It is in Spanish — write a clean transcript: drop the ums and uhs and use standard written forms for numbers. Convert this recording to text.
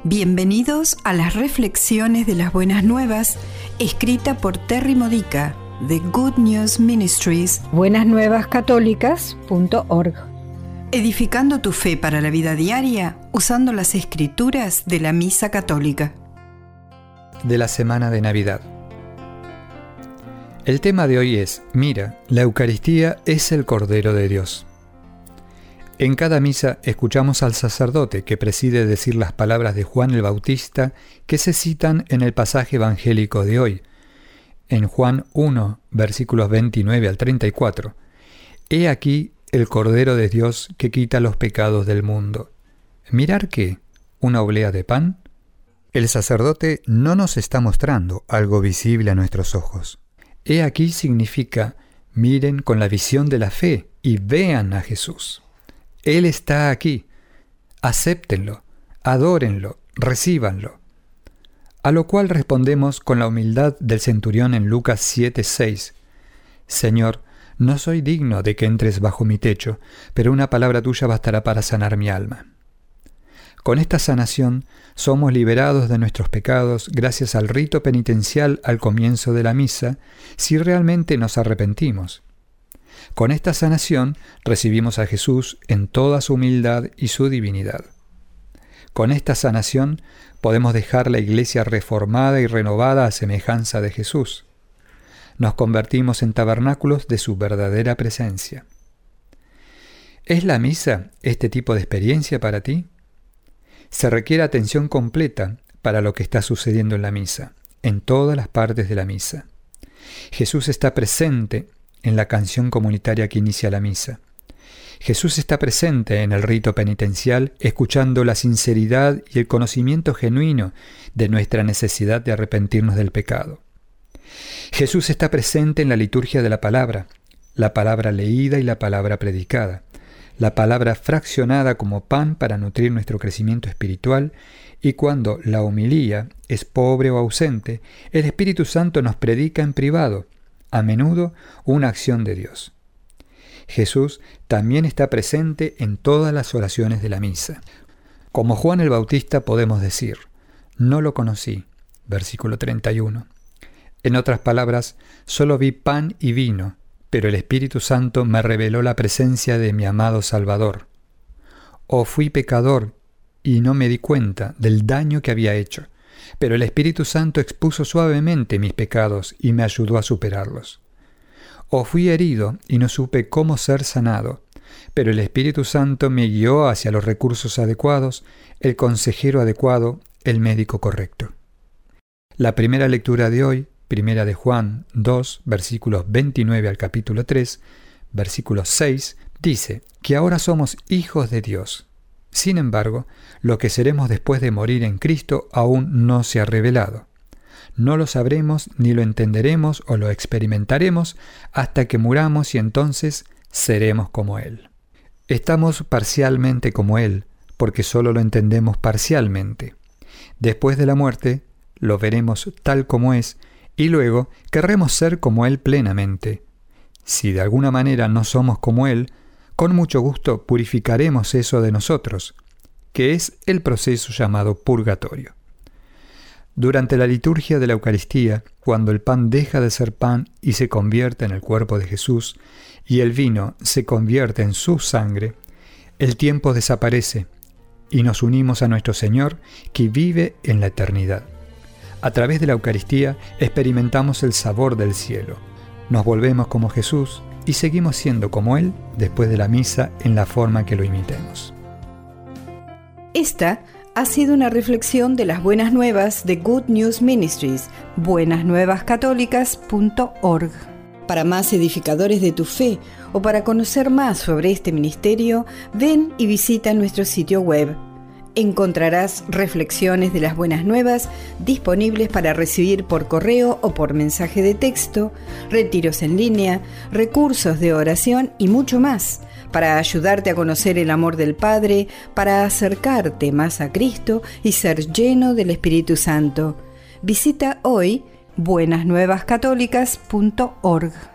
Bienvenidos a las reflexiones de las buenas nuevas, escrita por Terry Modica, de Good News Ministries, buenasnuevascatólicas.org. Edificando tu fe para la vida diaria, usando las escrituras de la Misa Católica. De la semana de Navidad. El tema de hoy es: mira, la Eucaristía es el Cordero de Dios. En cada misa escuchamos al sacerdote que preside decir las palabras de Juan el Bautista que se citan en el pasaje evangélico de hoy, en Juan 1, versículos 29 al 34. He aquí el Cordero de Dios que quita los pecados del mundo. ¿Mirar qué? ¿Una oblea de pan? El sacerdote no nos está mostrando algo visible a nuestros ojos. He aquí significa: miren con la visión de la fe y vean a Jesús. Él está aquí. Acéptenlo, adórenlo, recíbanlo. A lo cual respondemos con la humildad del centurión en Lucas 7:6. Señor, no soy digno de que entres bajo mi techo, pero una palabra tuya bastará para sanar mi alma. Con esta sanación somos liberados de nuestros pecados gracias al rito penitencial al comienzo de la misa, si realmente nos arrepentimos. Con esta sanación recibimos a Jesús en toda su humildad y su divinidad. Con esta sanación podemos dejar la iglesia reformada y renovada a semejanza de Jesús. Nos convertimos en tabernáculos de su verdadera presencia. ¿Es la misa este tipo de experiencia para ti? Se requiere atención completa para lo que está sucediendo en la misa, en todas las partes de la misa. Jesús está presente en la canción comunitaria que inicia la misa. Jesús está presente en el rito penitencial, escuchando la sinceridad y el conocimiento genuino de nuestra necesidad de arrepentirnos del pecado. Jesús está presente en la liturgia de la palabra leída y la palabra predicada, la palabra fraccionada como pan para nutrir nuestro crecimiento espiritual, y cuando la homilía es pobre o ausente, el Espíritu Santo nos predica en privado, a menudo una acción de Dios. Jesús también está presente en todas las oraciones de la misa. Como Juan el Bautista podemos decir: no lo conocí, versículo 31. En otras palabras, solo vi pan y vino, pero el Espíritu Santo me reveló la presencia de mi amado Salvador. O fui pecador y no me di cuenta del daño que había hecho, pero el Espíritu Santo expuso suavemente mis pecados y me ayudó a superarlos. O fui herido y no supe cómo ser sanado, pero el Espíritu Santo me guió hacia los recursos adecuados, el consejero adecuado, el médico correcto. La primera lectura de hoy, primera de Juan 2, versículos 29 al capítulo 3, versículo 6, dice que ahora somos hijos de Dios. Sin embargo, lo que seremos después de morir en Cristo aún no se ha revelado. No lo sabremos ni lo entenderemos o lo experimentaremos hasta que muramos, y entonces seremos como Él. Estamos parcialmente como Él porque solo lo entendemos parcialmente. Después de la muerte lo veremos tal como es y luego querremos ser como Él plenamente. Si de alguna manera no somos como Él, con mucho gusto purificaremos eso de nosotros, que es el proceso llamado purgatorio. Durante la liturgia de la Eucaristía, cuando el pan deja de ser pan y se convierte en el cuerpo de Jesús, y el vino se convierte en su sangre, el tiempo desaparece y nos unimos a nuestro Señor que vive en la eternidad. A través de la Eucaristía experimentamos el sabor del cielo. Nos volvemos como Jesús y seguimos siendo como Él después de la misa en la forma que lo imitemos. Esta ha sido una reflexión de las buenas nuevas de Good News Ministries, buenasnuevascatólicas.org. Para más edificadores de tu fe o para conocer más sobre este ministerio, ven y visita nuestro sitio web. Encontrarás reflexiones de las buenas nuevas disponibles para recibir por correo o por mensaje de texto, retiros en línea, recursos de oración y mucho más, para ayudarte a conocer el amor del Padre, para acercarte más a Cristo y ser lleno del Espíritu Santo. Visita hoy buenasnuevascatólicas.org.